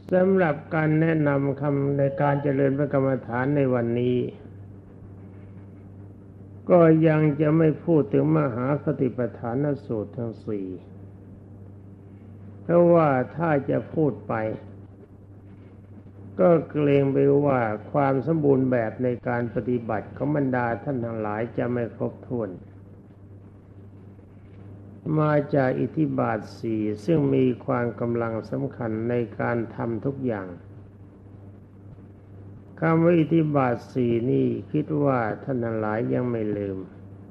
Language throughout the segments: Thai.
สำหรับการแนะนำคำในการเจริญพระกรรมฐานในวันนี้ก็ยังจะไม่พูดถึงมหาสติปัฏฐานสูตรทั้งสี่เพราะว่าถ้าจะพูดไปก็เกรงไปว่าความสมบูรณ์แบบในการปฏิบัติของบรรดาท่านทั้งหลายจะไม่ครบถ้วนมาจากอิทธิบาทสี่ซึ่งมีความกำลังสำคัญในการทำทุกอย่างคำว่าอิทธิบาทสี่นี่คิดว่าท่านทั้งหลายยังไม่ลืม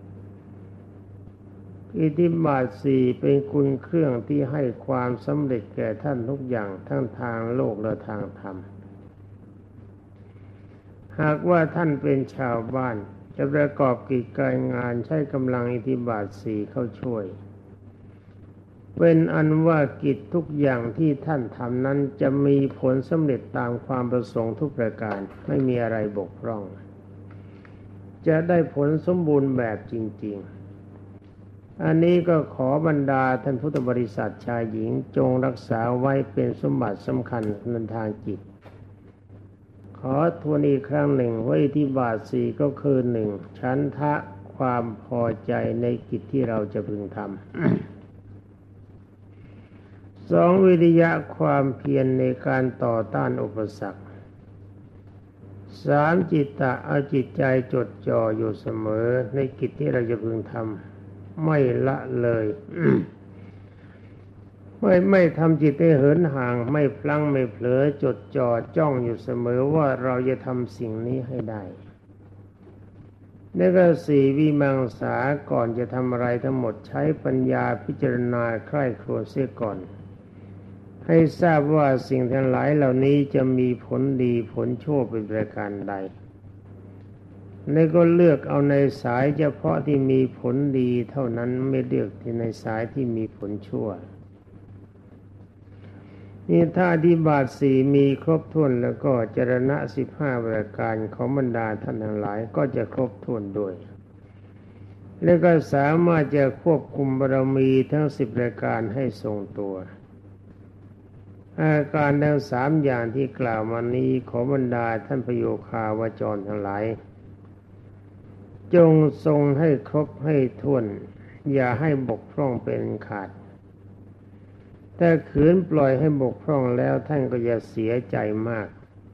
อิทธิบาทสี่เป็นคุณเครื่องที่ให้ความสำเร็จแก่ท่านทุกอย่างทั้งทางโลกและทางธรรมหากว่าท่านเป็นชาวบ้านจะประกอบกิจการงานใช้กำลังอิทธิบาทสี่เข้าช่วยเป็นอันว่ากิจทุกอย่างที่ท่านทำนั้นจะมีผลสำเร็จตามความประสงค์ทุกประการไม่มีอะไรบกพร่องจะได้ผลสมบูรณ์แบบจริงๆอันนี้ก็ขอบรรดาท่านพุทธบริษัทชายหญิงจงรักษาไว้เป็นสมบัติสำคัญในทางจิตขอทวนอีกครั้งหนึ่งว่าอิทธิบาทสี่ก็คือหนึ่งฉันทะความพอใจในกิจที่เราจะพึงทำสองวิริยะความเพียรในการต่อต้านอุปสรรคสามจิตตะเอาจิตใจจดจ่ออยู่เสมอในกิจที่เราจะพึงทำไม่ละเลย ไม่ทำจิตให้เหินห่างไม่พลั้งไม่เผลอจดจ่อจ้องอยู่เสมอว่าเราจะทำสิ่งนี้ให้ได้นี่ก็สี่วิมังสาก่อนจะทำอะไรทั้งหมดใช้ปัญญาพิจารณาใคร่ครวญเสียก่อนให้ทราบว่าสิ่งทั้งหลายเหล่านี้จะมีผลดีผลชั่วเป็นประการใดแล้วก็เลือกเอาในสายเฉพาะที่มีผลดีเท่านั้นไม่เลือกที่ในสายที่มีผลชั่วนี่ถ้าอธิบาทสี่มีครบถ้วนแล้วก็จรณะ15ประการของบรรดาท่านทั้งหลายก็จะครบถ้วนด้วยแล้วก็สามารถจะควบคุมบารมีทั้ง10ประการให้ทรงตัวอาการทั้ง3อย่างที่กล่าวมานี้ขอบรรดาท่านพโยคาวจรทั้งหลายจงทรงให้ครบให้ถ้วนอย่าให้บกพร่องเป็นขาดแต่ขืนปล่อยให้บกพร่องแล้วท่านก็จะเสียใจมาก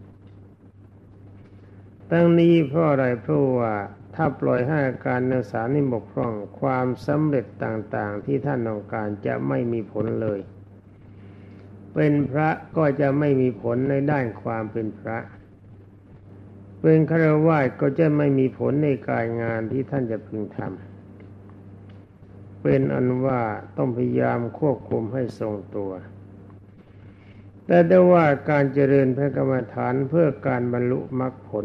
ทั้งนี้เพราะอะไรเพราะว่าถ้าปล่อยให้อาการทั้งสามนี้บกพร่องความสำเร็จต่างๆที่ท่านต้องการจะไม่มีผลเลยเป็นพระก็จะไม่มีผลในด้านความเป็นพระเป็นฆราวาสก็จะไม่มีผลในการงานที่ท่านจะพึงทำเป็นอันว่าต้องพยายามควบคุมให้ทรงตัวแต่ได้ว่าการเจริญพระกรรมฐานเพื่อการบรรลุมรรคผล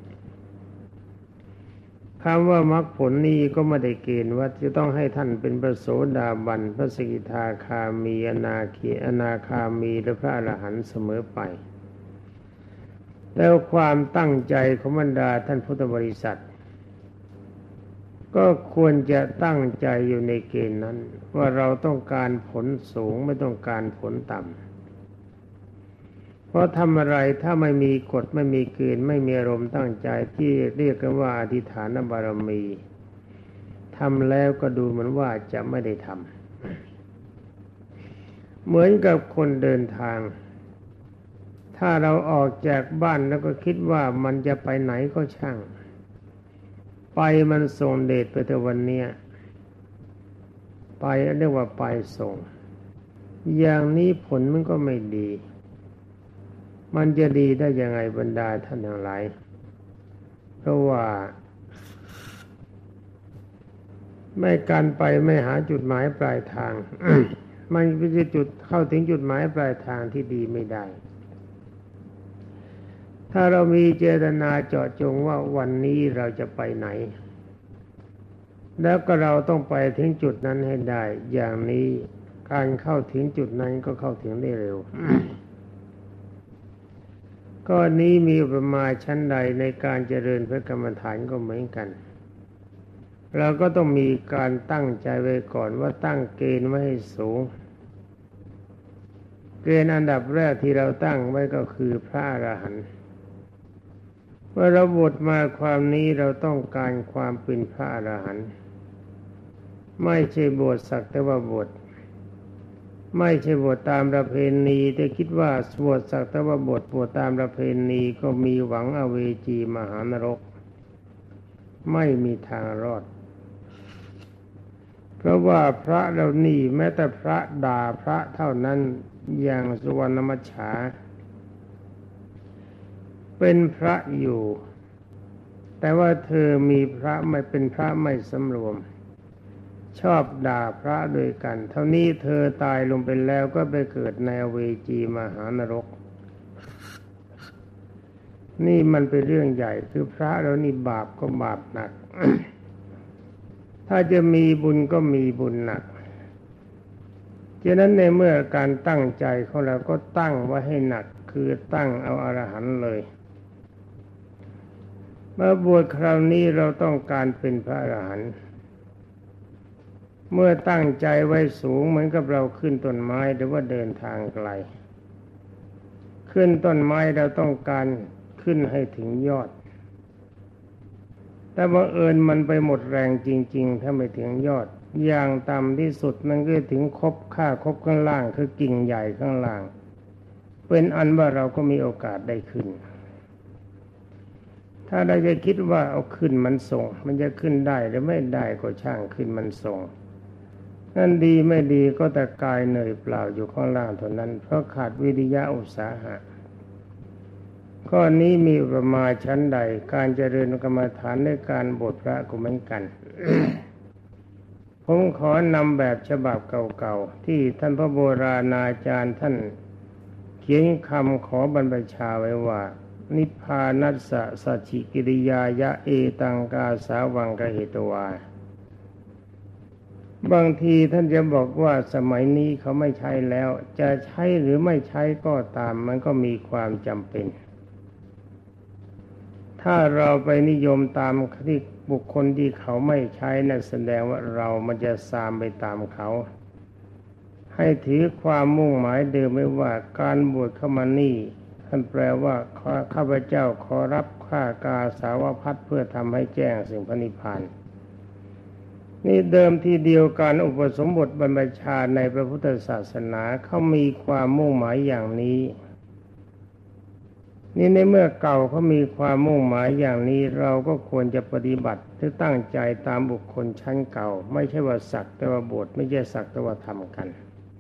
คำว่ามรรคผลนี้ก็ไม่ได้เกณฑ์ว่าจะต้องให้ท่านเป็นพระโสดาบันพระสกิทาคามีอนาคามีหรือพระอรหันต์เสมอไปแล้วความตั้งใจของบรรดาท่านพุทธบริษัทก็ควรจะตั้งใจอยู่ในเกณฑ์นั้นว่าเราต้องการผลสูงไม่ต้องการผลต่ำเพราะทำอะไรถ้าไม่มีกฎไม่มีเกณฑ์ไม่มีอารมณ์ตั้งใจที่เรียกกันว่าอธิฐานบารมีทำแล้วก็ดูเหมือนว่าจะไม่ได้ทำเหมือนกับคนเดินทางถ้าเราออกจากบ้านแล้วก็คิดว่ามันจะไปไหนก็ช่างไปมันส่งเดชไปแต่วันนี้ไปเรียกว่าไปส่งอย่างนี้ผลมันก็ไม่ดีมันจะดีได้ยังไงบรรดาท่านทั้งหลายเพราะว่าไม่การไปไม่หาจุดหมายปลายทาง มันจะจุดเข้าถึงจุดหมายปลายทางที่ดีไม่ได้ถ้าเรามีเจตนาเจาะจงว่าวันนี้เราจะไปไหนแล้วก็เราต้องไปถึงจุดนั้นให้ได้อย่างนี้การเข้าถึงจุดนั้นก็เข้าถึงได้เร็ว ก็นี้มีอุปมาชั้นใดในการเจริญพระกรรมฐานก็เหมือนกันเราก็ต้องมีการตั้งใจไว้ก่อนว่าตั้งเกณฑ์ไว้ให้สูงเกณฑ์อันดับแรกที่เราตั้งไว้ก็คือพระอรหันต์เมื่อเราบวชมาความนี้เราต้องการความเป็นพระอรหันต์ไม่ใช่บวชสักแต่ว่าบวชไม่ใช่บวชตามประเพณีแต่คิดว่าบวชสักแต่ว่าบวชตามประเพณีก็มีหวังอเวจีมหานรกไม่มีทางรอดเพราะว่าพระเรานี่แม้แต่พระด่าพระเท่านั้นอย่างสุวรรณมัจฉาเป็นพระอยู่แต่ว่าเธอมีพระไม่เป็นพระไม่สำรวมชอบด่าพระด้วยกันเท่านี้เธอตายลงไปแล้วก็ไปเกิดในอเวจีมหานรกนี่มันเป็นเรื่องใหญ่คือพระเรานี่บาปก็บาปหนัก ถ้าจะมีบุญก็มีบุญหนักฉะนั้นในเมื่อการตั้งใจของเราก็ตั้งไว้ให้หนักคือตั้งเอาอรหันต์เลยเมื่อบวชคราวนี้เราต้องการเป็นพระอรหันต์เมื่อตั้งใจไว้สูงเหมือนกับเราขึ้นต้นไม้หรือว่าเดินทางไกลขึ้นต้นไม้เราต้องการขึ้นให้ถึงยอดแต่บังเอิญมันไปหมดแรงจริงๆถ้าไม่ถึงยอดอย่างต่ำที่สุดมันก็ถึงคบข้างล่างคือกิ่งใหญ่ข้างล่างเป็นอันว่าเราก็มีโอกาสได้ขึ้นถ้าเราจะคิดว่าเอาขึ้นมันส่งมันจะขึ้นได้หรือไม่ได้ก็ช่างขึ้นมันส่งนั่นดีไม่ดีก็แต่กายเหนื่อยเปล่าอยู่ข้างล่างเท่านั้นเพราะขาดวิริยะอุตสาหะข้อนี้มีประมาณชั้นใดการเจริญกรรมฐานในการบวชพระก็เหมือนกัน ผมขอนำแบบฉบับเก่าๆที่ท่านพระโบราณอาจารย์ท่านเขียนคำขอบรรพชาไว้ว่านิพพานัสสะสัจฉิกิริยายะเอตังกาสาวังกเหตวาบางทีท่านจะบอกว่าสมัยนี้เขาไม่ใช้แล้วจะใช้หรือไม่ใช้ก็ตามมันก็มีความจำเป็นถ้าเราไปนิยมตามที่บุคคลที่เขาไม่ใช้นั่นแสดงว่าเรามันจะซามไปตามเขาให้ถือความมุ่งหมายเดิมไว้ว่าการบวชเข้ามานี่ท่านแปลว่าข้าพเจ้าขอรับข้ากาสาวพัดเพื่อทำให้แจ้งสิ่งพระนิพพานนี่เดิมทีเดียวการอุปสมบทบรรพชาในพระพุทธศาสนาเขามีความมุ่งหมายอย่างนี้นี่ในเมื่อเก่าเขามีความมุ่งหมายอย่างนี้เราก็ควรจะปฏิบัติหรือตั้งใจตามบุคคลชั้นเก่าไม่ใช่ว่าสักแต่ว่าบวชไม่ใช่สักแต่ว่าทำกัน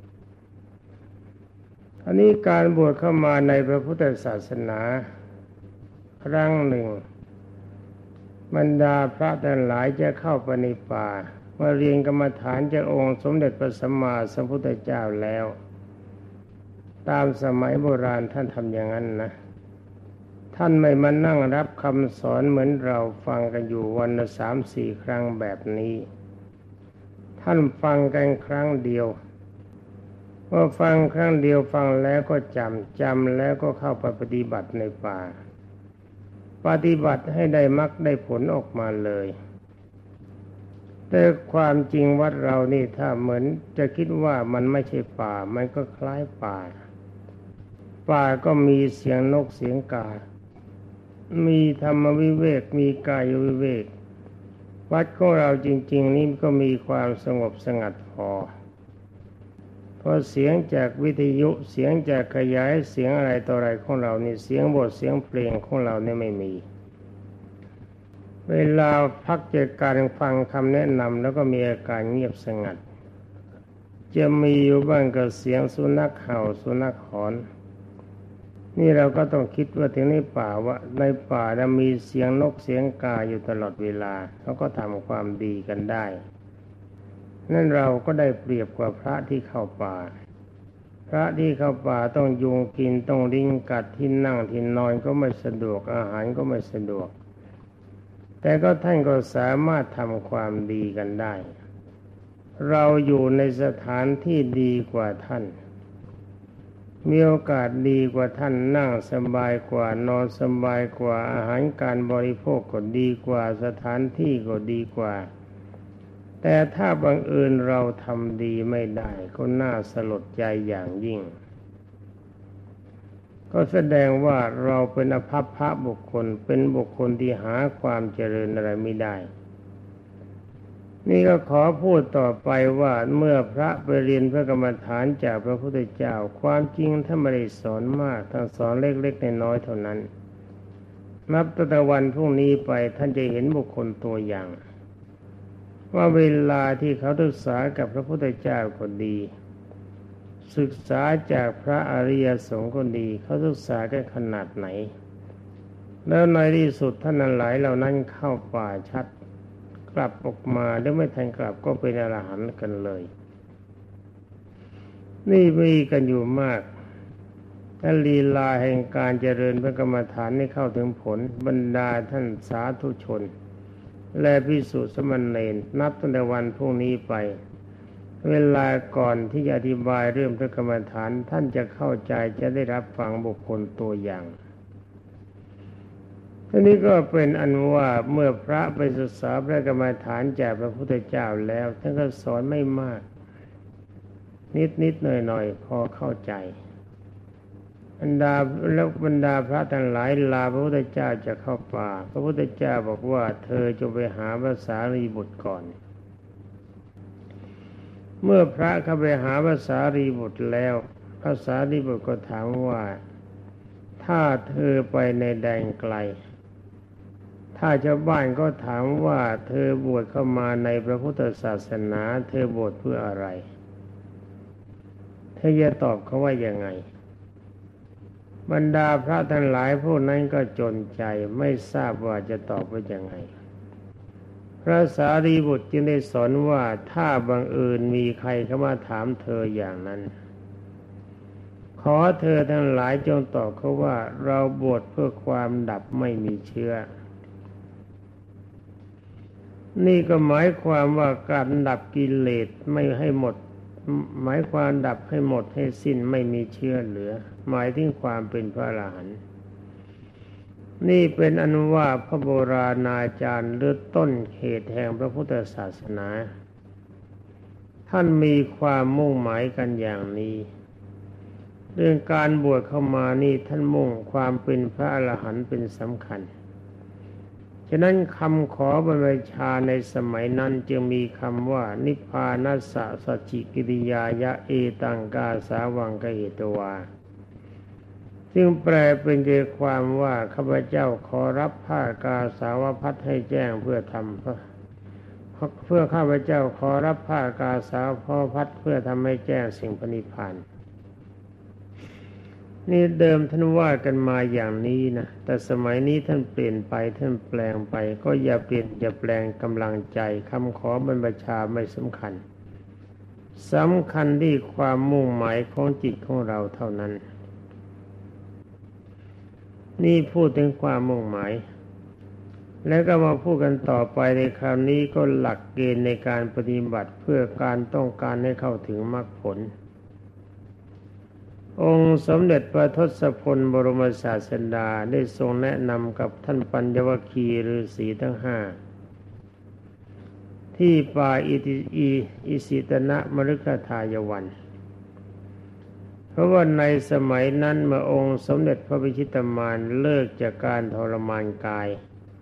อันนี้การบวชเข้ามาในพระพุทธศาสนาครั้งหนึ่งบรรดาพระทั้งหลายจะเข้าไปในป่ามาเรียนกรรมฐานจากองค์สมเด็จพระสัมมาสัมพุทธเจ้าแล้วตามสมัยโบราณท่านทำอย่างนั้นนะท่านไม่มานั่งรับคำสอนเหมือนเราฟังกันอยู่วันละ3-4 ครั้งแบบนี้ท่านฟังกันครั้งเดียวพอฟังครั้งเดียวฟังแล้วก็จำแล้วก็เข้าไปปฏิบัติในป่าปฏิบัติให้ได้มรรคได้ผลออกมาเลยแต่ความจริงวัดเรานี่ถ้าเหมือนจะคิดว่ามันไม่ใช่ป่ามันก็คล้ายป่าก็มีเสียงนกเสียงกามีธรรมวิเวกมีกายวิเวกวัดของเราจริงๆนี่ก็มีความสงบสงัดพอเพราะเสียงจากวิทยุเสียงจากขยายเสียงอะไรต่ออะไรของเรานี่เสียงบทเสียงเพลงของเราเนี่ยไม่มีเวลาพักจากการฟังคำแนะนำแล้วก็มีอาการเงียบสงัดจะมีอยู่บ้างกับเสียงสุนัขเห่าสุนัขหอนนี่เราก็ต้องคิดว่าถึงในป่าว่าในป่าจะมีเสียงนกเสียงกาอยู่ตลอดเวลาเขาก็ทำความดีกันได้นั่นเราก็ได้เปรียบกว่าพระที่เข้าป่าพระที่เข้าป่าต้องยุงกินต้องลิงกัดที่นั่งที่นอนก็ไม่สะดวกอาหารก็ไม่สะดวกแต่ก็ท่านก็สามารถทำความดีกันได้เราอยู่ในสถานที่ดีกว่าท่านมีโอกาสดีกว่าท่านนั่งสบายกว่านอนสบายกว่าอาหารการบริโภคก็ดีกว่าสถานที่ก็ดีกว่าแต่ถ้าบังเอิญเราทำดีไม่ได้ก็น่าสลดใจอย่างยิ่งก็แสดงว่าเราเป็นอภัพพบุคคลเป็นบุคคลที่หาความเจริญอะไรไม่ได้นี่ก็ขอพูดต่อไปว่าเมื่อพระไปเรียนพระกรรมฐานจากพระพุทธเจ้าความจริงท่านไม่ได้สอนมากท่านสอนเล็กๆน้อยๆเท่านั้นนับตั้งแต่วันพรุ่งนี้ไปท่านจะเห็นบุคคลตัวอย่างว่าเวลาที่เขาศึกษากับพระพุทธเจ้าก็ดีศึกษาจากพระอริยสงฆ์ก็ดีเขาศึกษากันขนาดไหนแล้วในที่สุดท่านนั้นหลายเหล่านั้นเข้าป่าชัดกลับออกมาแล้วไม่ทันกลับก็เป็นอรหันต์กันเลยนี่มีกันอยู่มากถ้าลีลาแห่งการเจริญพระกรรมฐานให้เข้าถึงผลบรรดาท่านสาธุชนและภิกษุสมณเณรนับตั้งแต่วันพรุ่งนี้ไปเวลาก่อนที่จะอธิบายเรื่องพระกรรมฐานท่านจะเข้าใจจะได้รับฟังบุคคลตัวอย่างทีนี้ก็เป็นอันว่าเมื่อพระไปศึกษาพระกรรมฐานจากพระพุทธเจ้าแล้วท่านก็สอนไม่มากนิดๆหน่อยๆพอเข้าใจบรรดาพระทั้งหลายลาพระพุทธเจ้าจะเข้าป่าพระพุทธเจ้าบอกว่าเธอจงไปหาพระสารีบุตรก่อนเมื่อพระเข้าไปหาพระสารีบุตรแล้วพระสารีบุตรก็ถามว่าถ้าเธอไปในแดนไกลถ้าชาวบ้านก็ถามว่าเธอบวชเข้ามาในพระพุทธศาสนาเธอบวชเพื่ออะไรเธอจะตอบเขาว่ายังไงบรรดาพระทั้งหลายพวกนั้นก็จนใจไม่ทราบว่าจะตอบว่ายังไงพระสารีบุตรจึงได้สอนว่าถ้าบังเอิญมีใครเข้ามาถามเธออย่างนั้นขอเธอทั้งหลายจงตอบเขาว่าเราบวชเพื่อความดับไม่มีเชื้อนี่ก็หมายความว่าการดับกิเลสไม่ให้หมดหมายความดับให้หมดให้สิ้นไม่มีเชื้อเหลือหมายถึงความเป็นพระอรหันต์นี่เป็นอนุว่าพระโบราณอาจารย์หรือต้นเหตุแห่งพระพุทธศาสนาท่านมีความมุ่งหมายกันอย่างนี้เรื่องการบวชเข้ามานี่ท่านมุ่งความเป็นพระอรหันต์เป็นสำคัญฉะนั้นคำขอบรรพชาในสมัยนั้นจึงมีคำว่านิพพานัสสะสัจจิกิริยายะเอตังกาสาวังกเหตวาซึ่งแปลเป็นใจความว่าข้าพเจ้าขอรับผ้ากาสาวพัดให้แจ้งเพื่อข้าพเจ้าขอรับผ้ากาสาวพัดเพื่อทำให้แจ้งสิ่งพระนิพพานนี่เดิมท่านว่ากันมาอย่างนี้นะแต่สมัยนี้ท่านเปลี่ยนไปท่านแปลงไปก็อย่าเปลี่ยนอย่าแปลงกำลังใจคำขอบรรพชาไม่สำคัญสำคัญที่ความมุ่งหมายของจิตของเราเท่านั้นนี่พูดถึงความมุ่งหมายแล้วก็มาพูดกันต่อไปในคราวนี้ก็หลักเกณฑ์ในการปฏิบัติเพื่อการต้องการให้เข้าถึงมรรคผลองค์สมเด็จพระทศพลบรมศาสดาได้ทรงแนะนำกับท่านปัญญวคีฤาษีทั้งห้าที่ป่าอิสิตนะมฤคทายวันเพราะว่าในสมัยนั้นเมื่อองค์สมเด็จพระพิชิตมารเลิกจากการทรมานกาย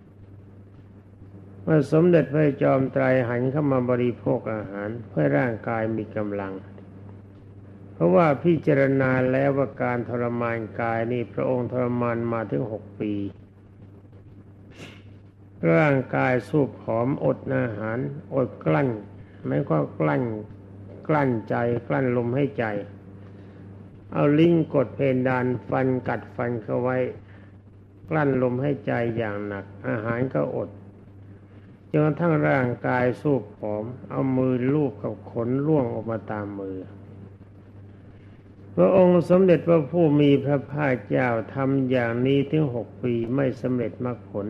เมื่อสมเด็จพระจอมไตรหันเข้ามาบริโภคอาหารเพื่อร่างกายมีกำลังเพราะว่าพิจารณาแล้วว่าการทรมานกายนี่พระองค์ทรมานมาถึง6 ปีร่างกายสู้ผอมอดอาหารอดกลั้นไม่ก็กลั้นใจกลั้นลมให้ใจเอาลิ้นกดเพดานฟันกัดฟันเข้าไว้กลั้นลมให้ใจอย่างหนักอาหารก็อดจนกระทั่งร่างกายสู้ผอมเอามือลูบกับขนร่วงออกมาตามมือพระองค์สมเด็จพระผู้มีพระภาคเจ้าทำอย่างนี้ถึง6 ปีไม่สำเร็จมรรคผล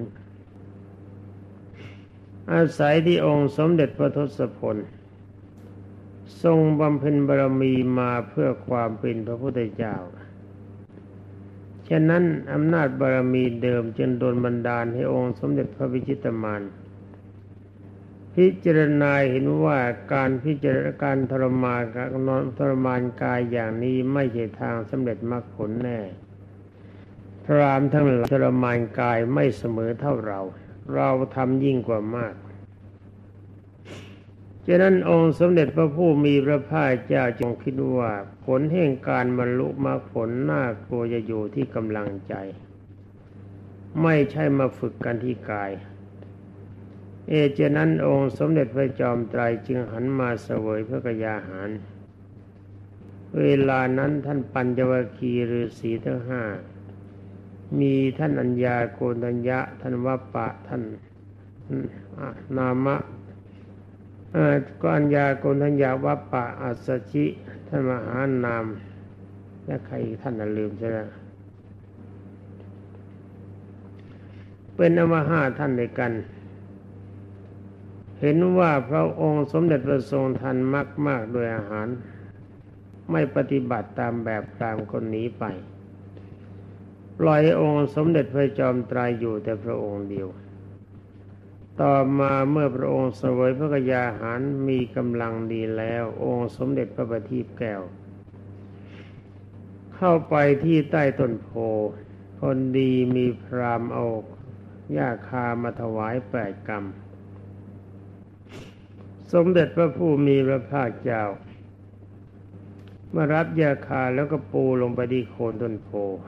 อาศัยที่องค์สมเด็จพระทศพลทรงบำเพ็ญบารมีมาเพื่อความเป็นพระพุทธเจ้าฉะนั้นอำนาจบารมีเดิมจึงโดนบันดาลให้องค์สมเด็จพระพิชิตมารพิจารณาเห็นว่าการทรมานกายอย่างนี้ไม่ใช่ทางสำเร็จมรรคผลแน่พราหมณ์ทั้งหลายทรมานกายไม่เสมอเท่าเราเราทำยิ่งกว่ามากฉะนั้นองค์สมเด็จพระผู้มีพระภาคเจ้าจงคิดว่าผลแห่งการบรรลุมรรคผลน่ากลัวจะอยู่ที่กำลังใจไม่ใช่มาฝึกกันที่กายฉะนั้นองค์สมเด็จพระจอมไตรจึงหันมาเสวยพระกยาหารเวลานั้นท่านปัญจวัคคีย์ฤาษีทั้งห้ามีท่านอัญญาโกณทัญญะท่านวัปปะท่านนามะก็อัญญาโกณทัญญาวัปปะอัสสชิท่านมหานามและใครท่านลืมใช่ไหมเป็นอมห้าท่านด้วยกันเห็นว่าพระองค์สมเด็จพระทรงทันมากโดยอาหารไม่ปฏิบัติตามแบบพราหมณ์คนนี้ไปปล่อยให้องค์สมเด็จพระจอมไตรอยู่แต่พระองค์เดียวต่อมาเมื่อพระองค์เสวยพระกยาหารมีกำลังดีแล้วองค์สมเด็จพระบัณฑิตแก้วเข้าไปที่ใต้ต้นโพคนดีมีพราหมณ์เอาหญ้าคามาถวาย8 กรัมสมเด็จพระผู้มีพระภาคเจ้ามารับหญ้าคาแล้วก็ปูลงไปที่โคนต้นโพ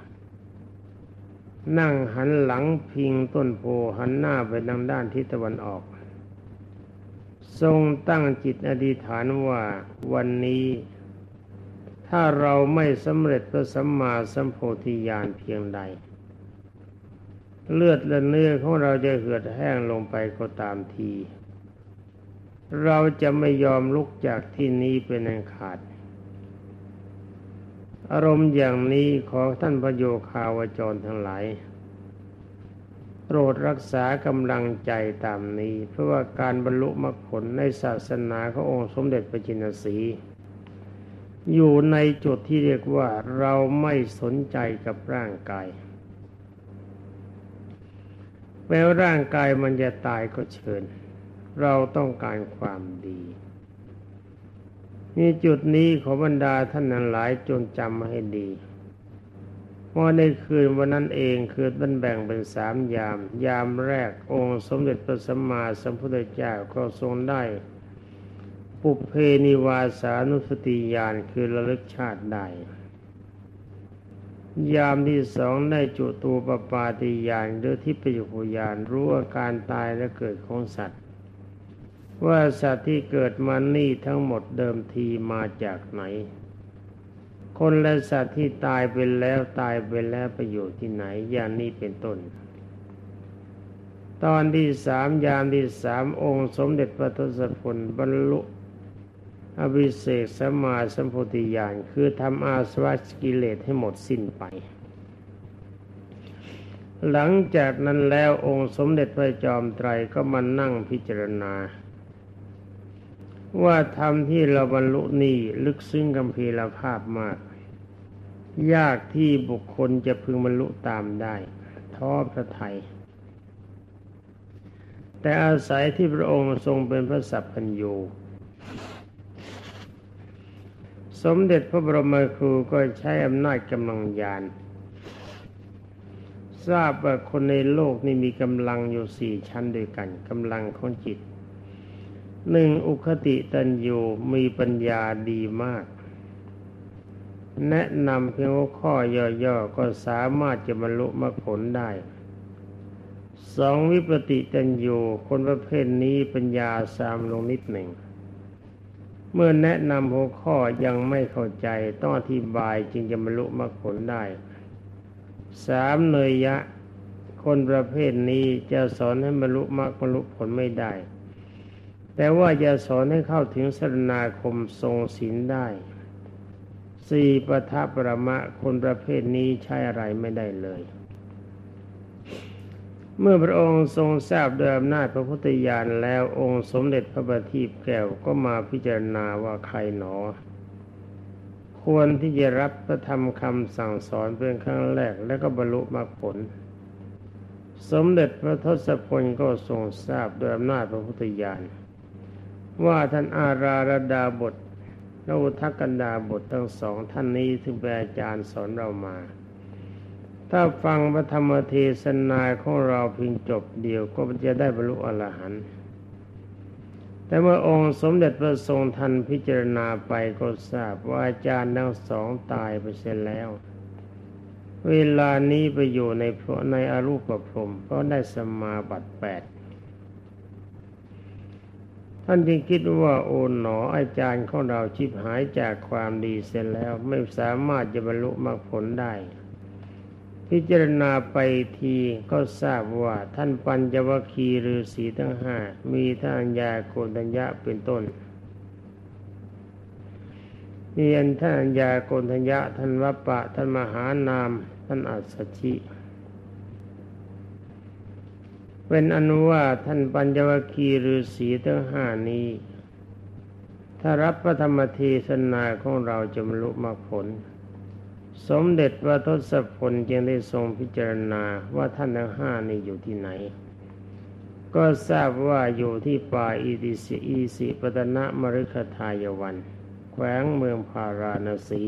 นั่งหันหลังพิงต้นโพหันหน้าไปทางด้านทิศตะวันออกทรงตั้งจิตอธิษฐานว่าวันนี้ถ้าเราไม่สำเร็จพระสัมมาสัมโพธิญาณเพียงใดเลือดและเนื้อของเราจะเหือดแห้งลงไปก็ตามทีเราจะไม่ยอมลุกจากที่นี้เป็นอันขาดอารมณ์อย่างนี้ขอท่านพระโยคาวจรทั้งหลายโปรดรักษากำลังใจตามนี้เพราะว่าการบรรลุมรรคผลในศาสนาขององค์สมเด็จพระจินสีอยู่ในจุดที่เรียกว่าเราไม่สนใจกับร่างกายแม้ร่างกายมันจะตายก็เชิญเราต้องการความดีนี่จุดนี้ขอบรรดาท่านทั้งหลายจงจำมาให้ดีว่าในคืนวันนั้นเองคือมันแบ่งเป็น3 ยามยามแรกองค์สมเด็จพระสัมมาสัมพุทธเจ้าก็ทรงได้ปุพเพนิวาสานุสติญาณคือระลึกชาติได้ยามที่2ได้จุตูปปาติญาณหรือทิพยภูญาณรู้อาการตายและเกิดของสัตว์ว่าสัตว์ที่เกิดมานี่ทั้งหมดเดิมทีมาจากไหนคนและสัตว์ที่ตายไปแล้วไปอยู่ที่ไหนอย่างนี้เป็นต้นตอนที่3ยามที่3องค์สมเด็จพระทศพลบรรลุอภิเษกสัมมาสัมโพธิญาณคือทำอาสวะกิเลสให้หมดสิ้นไปหลังจากนั้นแล้วองค์สมเด็จพระจอมไตรก็มานั่งพิจารณาว่าธรรมที่เราบรรลุนี้ลึกซึ้งกำพีรภาพมากยากที่บุคคลจะพึงบรรลุตามได้ท้อพระทัยแต่อาศัยที่พระองค์ทรงเป็นพระสัพพัญญูสมเด็จพระบรมครูก็ใช้อำนาจกำลังญาณทราบว่าคนในโลกนี้มีกำลังอยู่4 ชั้นด้วยกันกำลังของจิต1อุคติตัญญูมีปัญญาดีมากแนะนำเพียงข้อย่อๆก็สามารถจะบรรลุมรรคผลได้2วิปติตัญญูคนประเภทนี้ปัญญาซามลงนิดหนึ่งเมื่อแนะนำหัวข้อยังไม่เข้าใจต้องอธิบายจึงจะบรรลุมรรคผลได้3เนยยะคนประเภทนี้จะสอนให้บรรลุมรรคบรรลุผลไม่ได้แต่ว่าจะสอนให้เข้าถึงสรณาคมทรงศีลได้4ปทัปปรมะคนประเภทนี้ใช้อะไรไม่ได้เลยเมื่อพระองค์ทรงทราบโดยอำนาจพระพุทธญาณแล้วองค์สมเด็จพระบัณฑิตแก้วก็มาพิจารณาว่าใครหนอควรที่จะรับพระธรรมคำสั่งสอนเป็นครั้งแรกแล้วก็บรรลุมรรคผลสมเด็จพระทศพลก็ทรงทราบโดยอำนาจพระพุทธญาณว่าท่านอาราระดาบทและอุทกกันดาบททั้ง2ท่านนี้ถึงเป็นอาจารย์สอนเรามาถ้าฟังพระธรรมเทศนาของเราเพียงจบเดียวก็จะได้บรรลุอรหันต์แต่เมื่อองค์สมเด็จพระทรงทันพิจารณาไปก็ทราบว่าอาจารย์ทั้งสองตายไปเสียแล้วเวลานี้ไปอยู่ในอรูปพรหมเพราะได้สมาบัติ8ท่านจึงคิดว่าโอ๋หนออาจารย์ของเราชิบหายจากความดีเสียแล้วไม่สามารถจะบรรลุมรรคผลได้พิจารณาไปทีก็ทราบว่าท่านปัญจวัคคีย์ฤาษีทั้ง5มีท่านอัญญาโกณฑัญญะเป็นต้นมีท่านอัญญาโกณฑัญญะท่านวัปปะท่านมหานามท่านอัสสชิเป็นอนุว่าท่านปัญจวัคคีย์ฤาษีทั้ง5นี้ถ้ารับพระธรรมเทศนาของเราจะบรรลุมรรคผลสมเด็จพระทศพลจึงได้ทรงพิจารณาว่าท่านทั้ง5นี้อยู่ที่ไหนก็ทราบว่าอยู่ที่ป่าอีสิปตนะมฤคทายวันแขวงเมืองพาราณสี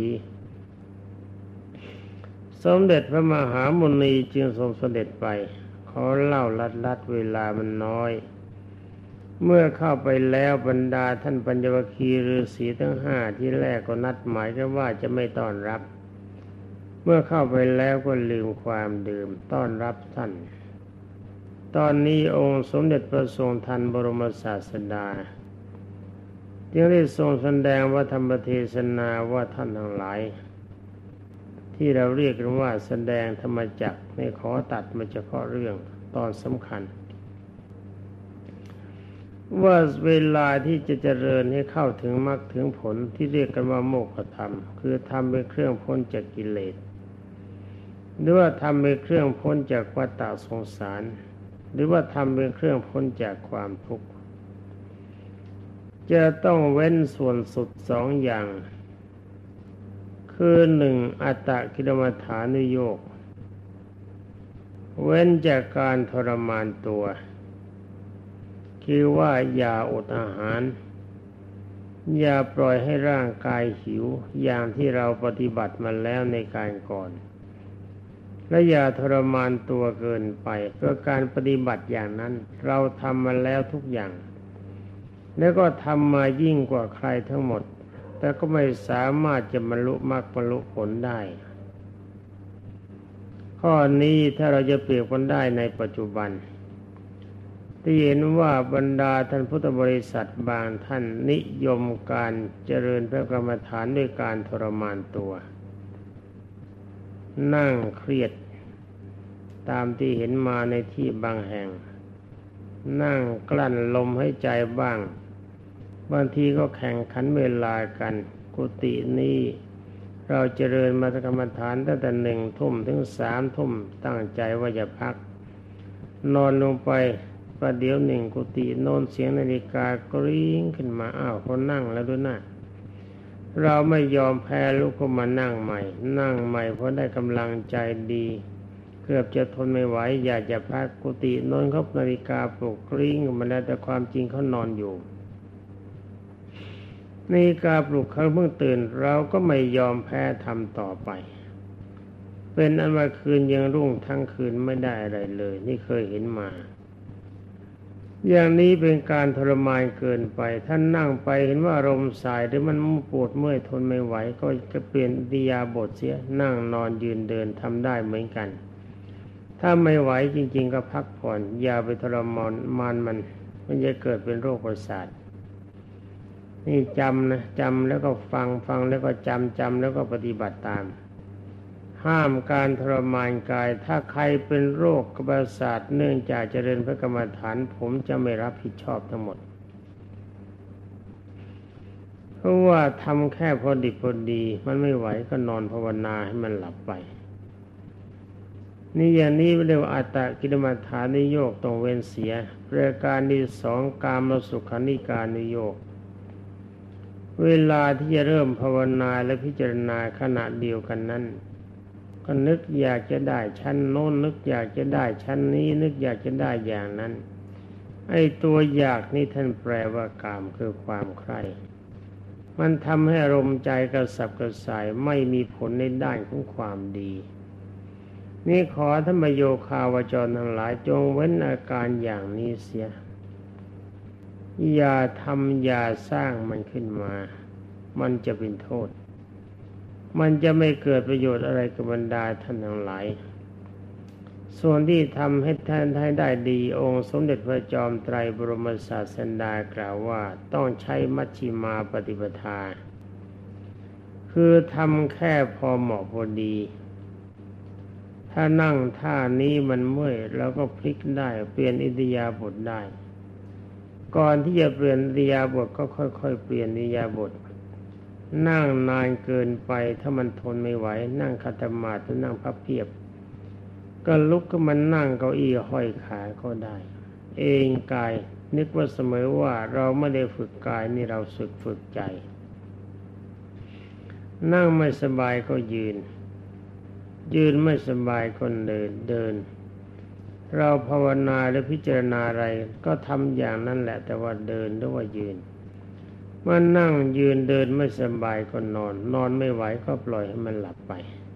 สมเด็จพระมหามุนีจึงทรงเสด็จไปขอเล่าลัดเวลามันน้อยเมื่อเข้าไปแล้วบรรดาท่านปัญจวัคคีย์ฤาษีทั้ง5ที่แรกก็นัดหมายกันว่าจะไม่ต้อนรับเมื่อเข้าไปแล้วก็ลืมความดื่มต้อนรับท่านตอนนี้องค์สมเด็จพระทรงทันบรมศาสดาจึงได้ทรงแสดงว่าธรรมเทศนาว่าท่านทั้งหลายที่เราเรียกกันว่าแสดงธรรมจักรในขอตัดมาเฉพาะเรื่องตอนสำคัญว่าเวลาที่จะเจริญให้เข้าถึงมรรคถึงผลที่เรียกกันว่าโมกขธรรมคือทำเป็นเครื่องพ้นจากกิเลสหรือว่าทำเป็นเครื่องพ้นจากวัฏฏะสงสารหรือว่าทำเป็นเครื่องพ้นจากความทุกข์จะต้องเว้นส่วนสุด2อย่างคือ1อัตตกิลมัฏฐานุโยคเว้นจากการทรมานตัวคือว่าอย่าอดอาหารอย่าปล่อยให้ร่างกายหิวอย่างที่เราปฏิบัติมาแล้วในการก่อนและอย่าทรมานตัวเกินไปเพื่อการปฏิบัติอย่างนั้นเราทำมาแล้วทุกอย่างแล้วก็ทำมายิ่งกว่าใครทั้งหมดแต่ก็ไม่สามารถจะบรรลุมรรคบรรลุผลได้ข้อนี้ถ้าเราจะเปรียบกันได้ในปัจจุบันที่เห็นว่าบรรดาท่านพุทธบริษัทบางท่านนิยมการเจริญพระกรรมฐานด้วยการทรมานตัวนั่งเครียดตามที่เห็นมาในที่บางแห่งนั่งกลั้นลมให้ใจบ้างบางทีก็แข่งขันเวลากันกุฏินี้เราเจริญมรรคกรรมฐานตั้งแต่1 ทุ่มถึง3 ทุ่มตั้งใจว่าจะพักนอนลงไปประเดี๋ยว1กุฏิโน้นเสียงนาฬิกากริ๊งขึ้นมาอ้าวคนนั่งแล้วด้วยนะเราไม่ยอมแพ้ลุกขึ้นมานั่งใหม่เพราะได้กำลังใจดีเกือบจะทนไม่ไหวอยากจะพักกุฏิโน้นเขานาฬิกาปลุกกริ๊งมาแล้วแต่ความจริงเขานอนอยู่นาฬิกาปลุกเขาเพิ่งตื่นเราก็ไม่ยอมแพ้ทำต่อไปเป็นอันว่าคืนยังรุ่งทั้งคืนไม่ได้อะไรเลยนี่เคยเห็นมาอย่างนี้เป็นการทรมานเกินไปท่านนั่งไปเห็นว่าอารมณ์สายหรือมันปวดเมื่อยทนไม่ไหวก็จะเปลี่ยนอิริยาบถเสียนั่งนอนยืนเดินทำได้เหมือนกันถ้าไม่ไหวจริงๆก็พักผ่อนอย่าไปทรมานมันจะเกิดเป็นโรคประสาทนี่จำแล้วก็ฟังแล้วก็จำแล้วก็ปฏิบัติตามห้ามการทรมานกายถ้าใครเป็นโรคประสาทเนื่องจากเจริญพระกรรมฐานผมจะไม่รับผิดชอบทั้งหมดเพราะว่าทำแค่พอดิบพอดีมันไม่ไหวก็นอนภาวนาให้มันหลับไปนี่อย่างนี้เรียกว่าอัตตกิลมัฏฐานุโยคต้องเว้นเสียประการที่2กามสุขานิการนุโยคเวลาที่จะเริ่มภาวนาและพิจารณาขณะเดียวกันนั้นก็นึกอยากจะได้ชั้นโน้นนึกอยากจะได้ชั้นนี้นึกอยากจะได้อย่างนั้นไอ้ตัวอยากนี่ท่านแปลว่ากามคือความใคร่มันทำให้อารมณ์ใจกระสับกระส่ายไม่มีผลในด้านของความดีนี่ขอธรรมโยคาวจรทั้งหลายจงเว้นอาการอย่างนี้เสียอย่าทำอย่าสร้างมันขึ้นมามันจะเป็นโทษมันจะไม่เกิดประโยชน์อะไรกับบรรดาท่านทั้งหลายส่วนที่ทำให้ท่านได้ดีองค์สมเด็จพระจอมไตรบรมศาสดากล่าวว่าต้องใช้มัชฌิมาปฏิปทาคือทำแค่พอเหมาะพอดีถ้านั่งท่านี้มันเมื่อยแล้วก็พลิกได้เปลี่ยนอิริยาบถได้ก่อนที่จะเปลี่ยนอิริยาบถก็ค่อยๆเปลี่ยนอิริยาบถนั่งนานเกินไปถ้ามันทนไม่ไหวนั่งขัดสมาธินั่งพับเพียบก็ลุกขึ้นมานั่งเก้าอี้ห้อยขาก็ได้เองกายนึกว่าเสมอว่าเราไม่ได้ฝึกกายนี่เราฝึกใจนั่งไม่สบายก็ยืนไม่สบายก็เดินเราภาวนาหรือพิจารณาอะไรก็ทำอย่างนั้นแหละแต่ว่าเดินหรือว่ายืนเมื่อนั่งยืนเดินไม่สบายก็นอนไม่ไหวก็ปล่อยให้มันหลับไป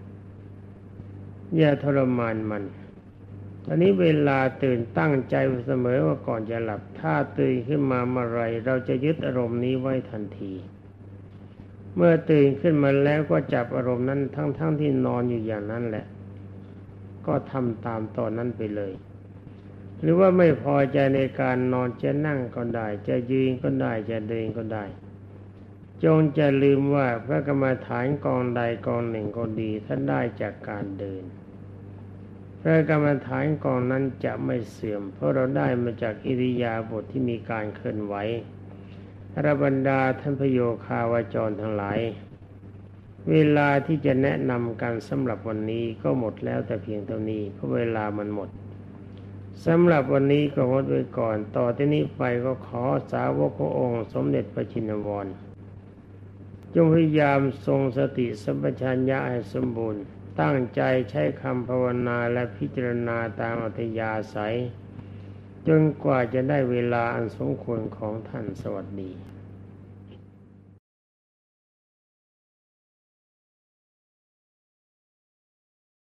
อย่าทรมานมันตอนนี้เวลาตื่นตั้งใจเสมอว่าก่อนจะหลับถ้าตื่นขึ้นมาเมื่อไรเราจะยึดอารมณ์นี้ไว้ทันทีเมื่อตื่นขึ้นมาแล้วก็จับอารมณ์นั้นทั้งที่นอนอยู่อย่างนั้นแหละก็ทำตามตอนนั้นไปเลยหรือว่าไม่พอใจในการนอนจะนั่งก็ได้จะยืนก็ได้จะเดินก็ได้จงจะลืมว่าพระกรรมฐานกองใดกองหนึ่งก็ดีท่านได้จากการเดินพระกรรมฐานกองนั้นจะไม่เสื่อมเพราะเราได้มาจากอิริยาบถที่มีการเคลื่อนไหวระบรรดาท่านพโยคาวจรทั้งหลายเวลาที่จะแนะนำกันสำหรับวันนี้ก็หมดแล้วแต่เพียงเท่านี้เพราะเวลามันหมดสำหรับวันนี้ก็งดไว้ก่อนต่อที่นี้ไปก็ขอสาวกขององค์สมเด็จพระชินวรจงพยายามทรงสติสัมปชัญญะให้สมบูรณ์ตั้งใจใช้คำภาวนาและพิจารณาตามอัธยาศัยจนกว่าจะได้เวลาอันสมควรของท่านสวัสดี